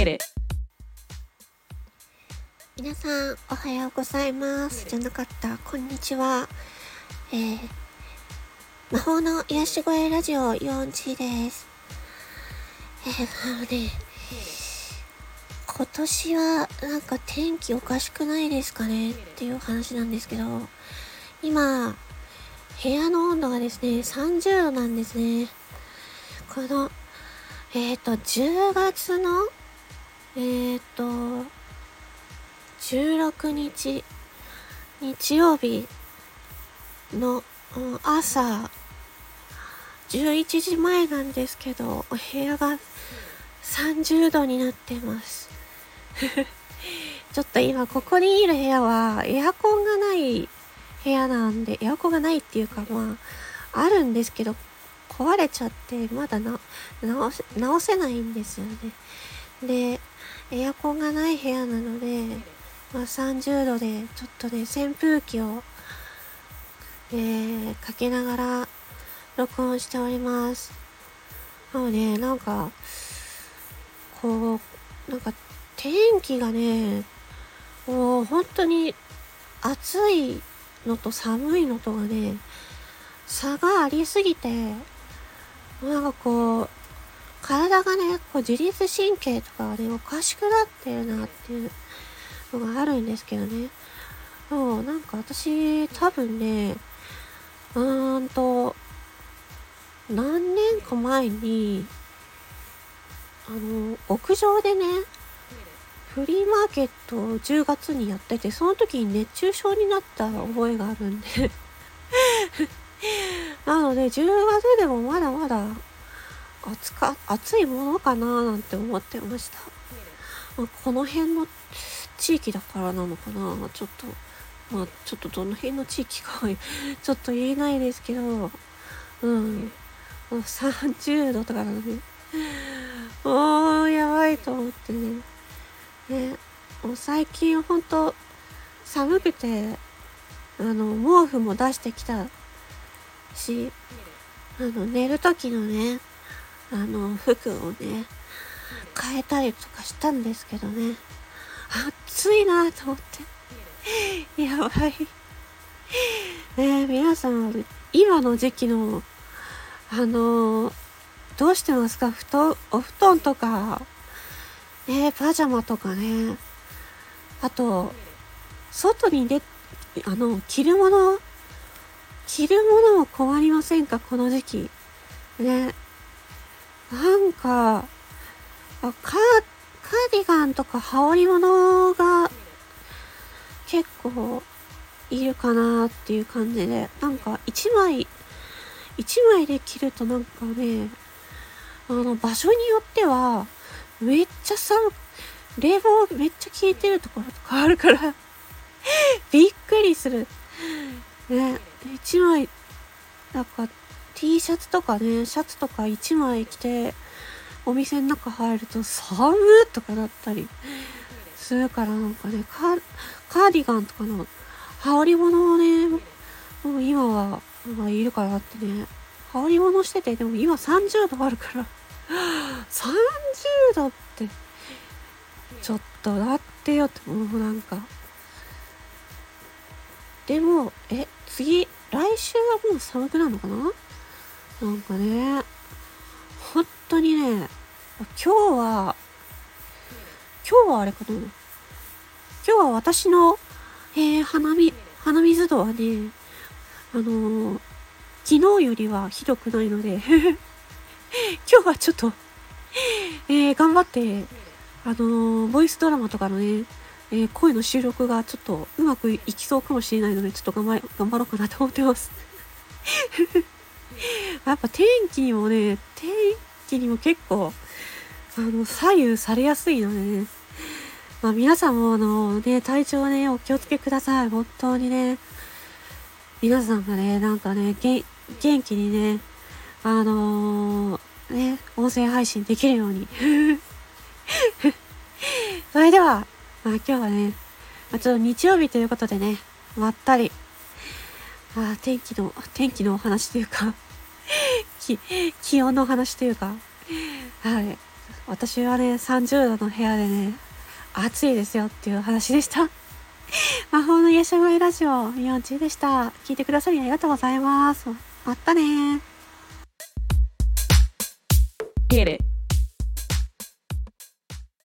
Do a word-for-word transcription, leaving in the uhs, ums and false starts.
皆さんおはようございますじゃなかったこんにちは、えー、魔法の癒し声ラジオよんちです。えー、あのね今年はなんか天気おかしくないですかねっていう話なんですけど、今部屋の温度がですねさんじゅうどなんですね。このえっとじゅうがつのえっとじゅうろくにち日曜日の朝じゅういちじまえなんですけど、お部屋がさんじゅうどになってますちょっと今ここにいる部屋はエアコンがない部屋なんで、エアコンがないっていうかまああるんですけど壊れちゃってまだな直せ直せないんですよね。でエアコンがない部屋なので、まあ、さんじゅうどでちょっとね扇風機を、えー、かけながら録音しております。なのでなんかこうなんか天気がねもう本当に暑いのと寒いのとがね差がありすぎて、なんかこう体がねこう自律神経とかがねおかしくなってるなっていうのがあるんですけどね。もうなんか私多分ねうーんと何年か前にあの屋上でねフリーマーケットをじゅうがつにやってて、その時に熱中症になった覚えがあるんでなのでじゅうがつでもまだまだ暑か暑いものかななんて思ってました。まあ、この辺の地域だからなのかな、ちょっとまあちょっとどの辺の地域かちょっと言えないですけど、うんさんじゅうどとかなのでもうやばいと思ってね。ね、もう最近ほんと寒くてあの毛布も出してきたし、あの寝る時のねあの服をね変えたりとかしたんですけどね、暑いなと思ってやばいね。皆さん今の時期のあのどうしてますか？布団お布団とかねパジャマとかね、あと外に出あの着るもの着るものも困りませんか？この時期ね。なんかあカーカーディガンとか羽織物が結構いるかなっていう感じで、なんか一枚一枚で着るとなんかねあの場所によってはめっちゃ寒冷房めっちゃ効いてるところとかあるからびっくりするね。一枚なんか T シャツとかねシャツとか一枚着てお店の中入ると寒ーとかなったりするから、なんかねカー、カーディガンとかの羽織物をねもう今は、まあ、いるかなってね。羽織物しててでも今さんじゅうどあるからさんじゅうどってちょっとだってよって、もうなんかでもえ次来週はもう寒くなるのかな。なんかね本当にね今日は今日はあれかな今日は私の、えー、鼻み鼻水度はねあのー、昨日よりはひどくないので今日はちょっと、えー、頑張ってあのー、ボイスドラマとかのね、えー、声の収録がちょっとうまくいきそうかもしれないので、ちょっと頑張り頑張ろうかなと思ってますやっぱ天気にもね天気にも結構あの左右されやすいのでね、まあ、皆さんもあのね体調ねお気をつけください。本当にね皆さんがねなんかね元気にねあのー、ね音声配信できるようにそれでは、まあ、今日はね、まあ、ちょっと日曜日ということでねまったりあ天気の天気のお話というか気気温のお話というかはい私はね、さんじゅうどの部屋でね、暑いですよっていう話でした。魔法の癒し声ラジオ、みよんちーでした。聞いてくださりありがとうございます。またねー。 Get it.